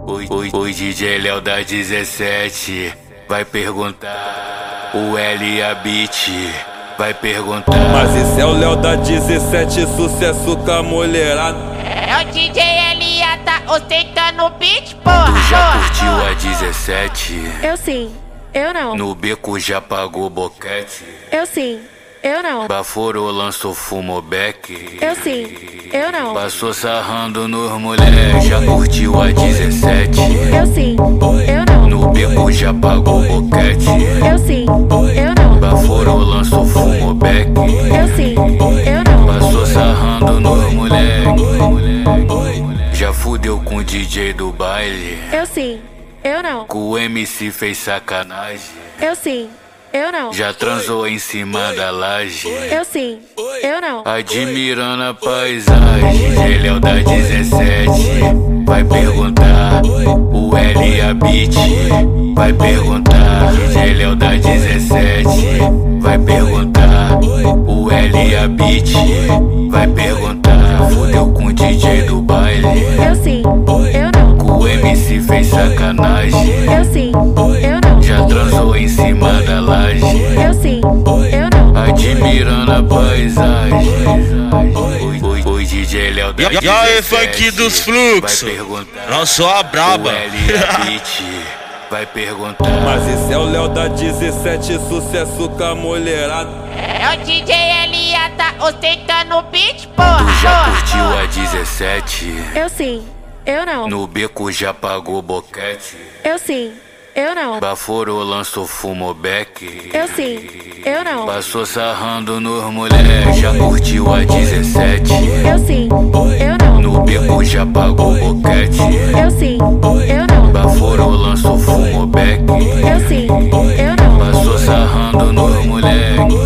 O DJ Léo da 17 vai perguntar. O L e a Beat vai perguntar. Mas esse é o Léo da 17, sucesso com a mulherada. É o DJ L.A. tá ostentando o beat, porra. Tu já curtiu a 17? Eu sim, eu não. No beco já pagou boquete? Eu sim, eu não. Baforou, lançou fumobeck? Eu sim, eu não. Passou sarrando nos moleques, já curtiu a 17? Eu sim, eu não. No beco já pagou boquete? Eu sim, eu não. Baforou, lançou fumobeck? Eu sim, eu não. Passou sarrando nos moleques, já fudeu com o DJ do baile? Eu sim, eu não. Com o MC fez sacanagem? Eu sim, eu não. Já transou em cima da laje? Eu sim, eu não. Admirando a paisagem. DJ Léo da 17 vai perguntar. O L e a Beat vai perguntar. DJ Léo da 17 vai perguntar. O L e a Beat vai perguntar. Fudeu com o DJ do baile? Eu sim, eu não. Com o MC fez sacanagem? Eu sim, eu não. Já transou em cima da laje? Eu sim, eu não. Admirando a paisagem. O DJ Léo da 17 E aí, funk dos fluxos, vai perguntar. não sou a braba. O L e a Beat vai perguntar. Mas esse é o Léo da 17, sucesso com a mulherada. É o DJ L.A. tá ostentando o beat, porra. Tu já curtiu a 17? Eu sim, eu não. No beco já pagou boquete? Eu sim, eu não. Baforou, lançou fumobeck? Eu sim, eu não. Passou sarrando nos moleques, já curtiu a 17? Eu sim, eu não. No beco já pagou boquete? Eu sim, eu não. Baforou, lançou fumobeck? Eu sim, eu não. Passou sarrando nos moleques,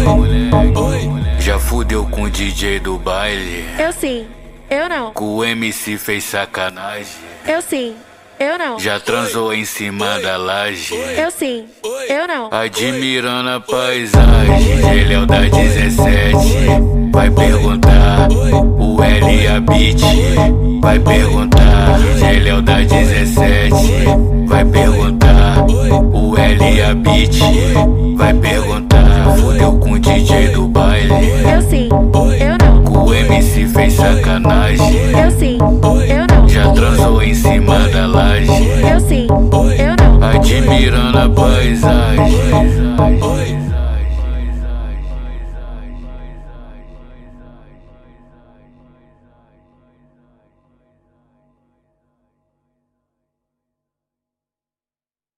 já fudeu com o DJ do baile? Eu sim, eu não. Com o MC fez sacanagem? Eu sim, eu não. Já transou em cima da laje? Eu sim, eu não. Admirando a paisagem. DJ Léo da 17 vai perguntar. O L e a Beat vai perguntar. DJ Léo da 17 vai perguntar. O L e a Beat vai perguntar. Fudeu com o DJ do baile? Eu sim, eu não. Com o MC fez sacanagem? Eu sim, eu não. Já transou em cima da laje? Eu sim, eu não. Admirando a paisagem.